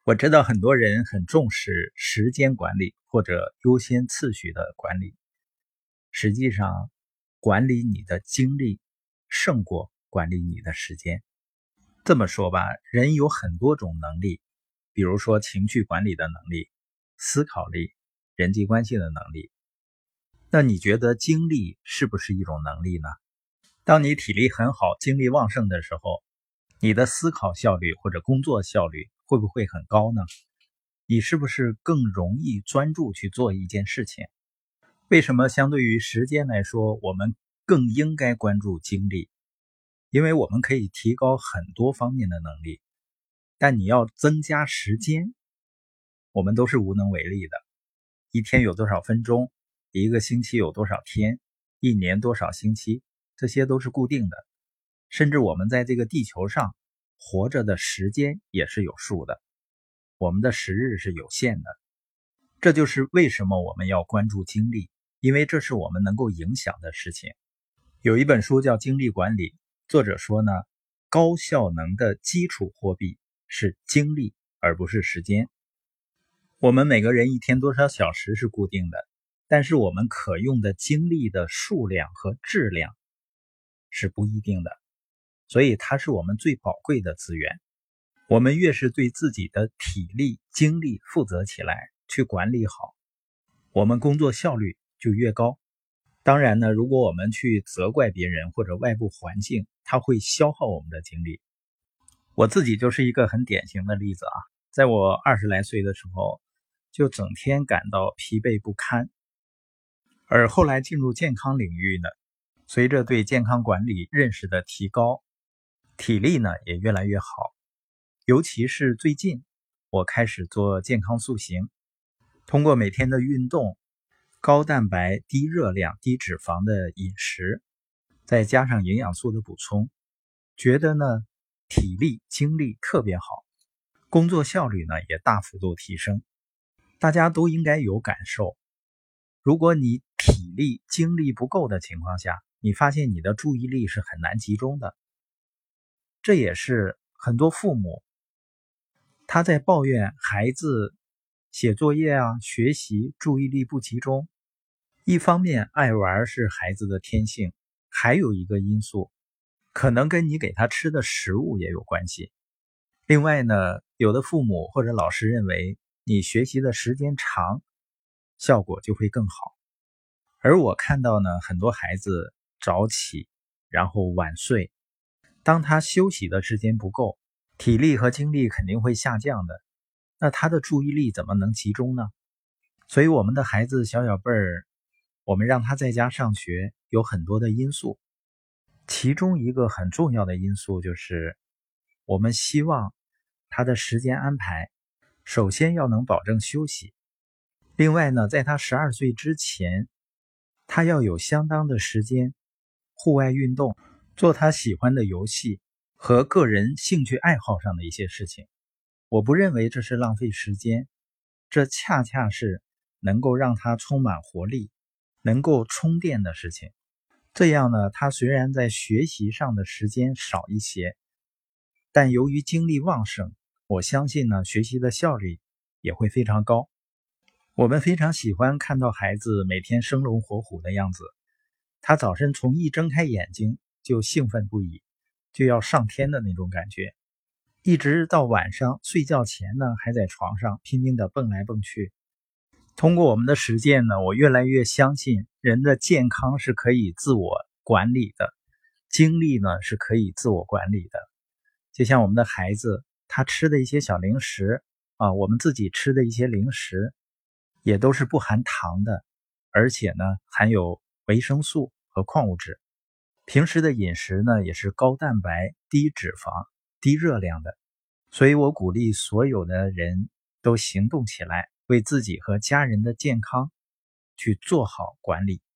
我知道很多人很重视时间管理或者优先次序的管理，实际上，管理你的精力胜过管理你的时间。这么说吧，人有很多种能力，比如说情绪管理的能力、思考力、人际关系的能力。那你觉得精力是不是一种能力呢？当你体力很好、精力旺盛的时候，你的思考效率或者工作效率会不会很高呢？你是不是更容易专注去做一件事情？为什么相对于时间来说，我们更应该关注精力？因为我们可以提高很多方面的能力，但你要增加时间，我们都是无能为力的。一天有多少分钟，一个星期有多少天，一年多少星期，这些都是固定的。甚至我们在这个地球上活着的时间也是有数的，我们的时日是有限的。这就是为什么我们要关注精力，因为这是我们能够影响的事情。有一本书叫《精力管理》，作者说呢，高效能的基础货币是精力，而不是时间。我们每个人一天多少小时是固定的，但是我们可用的精力的数量和质量是不一定的，所以它是我们最宝贵的资源。我们越是对自己的体力、精力负责起来，去管理好，我们工作效率就越高。当然呢，如果我们去责怪别人或者外部环境，它会消耗我们的精力。我自己就是一个很典型的例子啊，在我20来岁的时候，就整天感到疲惫不堪。而后来进入健康领域呢，随着对健康管理认识的提高，体力呢也越来越好。尤其是最近，我开始做健康塑形，通过每天的运动、高蛋白、低热量、低脂肪的饮食，再加上营养素的补充，觉得呢体力、精力特别好，工作效率呢也大幅度提升。大家都应该有感受，如果你体力、精力不够的情况下，你发现你的注意力是很难集中的。这也是很多父母他在抱怨孩子写作业啊、学习注意力不集中。一方面爱玩是孩子的天性，还有一个因素可能跟你给他吃的食物也有关系。另外呢，有的父母或者老师认为你学习的时间长，效果就会更好。而我看到呢，很多孩子早起然后晚睡，当他休息的时间不够，体力和精力肯定会下降的，那他的注意力怎么能集中呢？所以我们的孩子小辈儿，我们让他在家上学有很多的因素，其中一个很重要的因素就是我们希望他的时间安排首先要能保证休息，另外呢，在他12岁之前，他要有相当的时间户外运动，做他喜欢的游戏和个人兴趣爱好上的一些事情。我不认为这是浪费时间，这恰恰是能够让他充满活力，能够充电的事情。这样呢，他虽然在学习上的时间少一些，但由于精力旺盛，我相信呢，学习的效率也会非常高。我们非常喜欢看到孩子每天生龙活虎的样子，他早晨从一睁开眼睛就兴奋不已，就要上天的那种感觉，一直到晚上睡觉前呢，还在床上拼命的蹦来蹦去。通过我们的实践呢，我越来越相信人的健康是可以自我管理的，精力呢是可以自我管理的。就像我们的孩子，他吃的一些小零食啊，我们自己吃的一些零食，也都是不含糖的，而且呢含有维生素和矿物质。平时的饮食呢也是高蛋白、低脂肪、低热量的。所以我鼓励所有的人都行动起来，为自己和家人的健康去做好管理。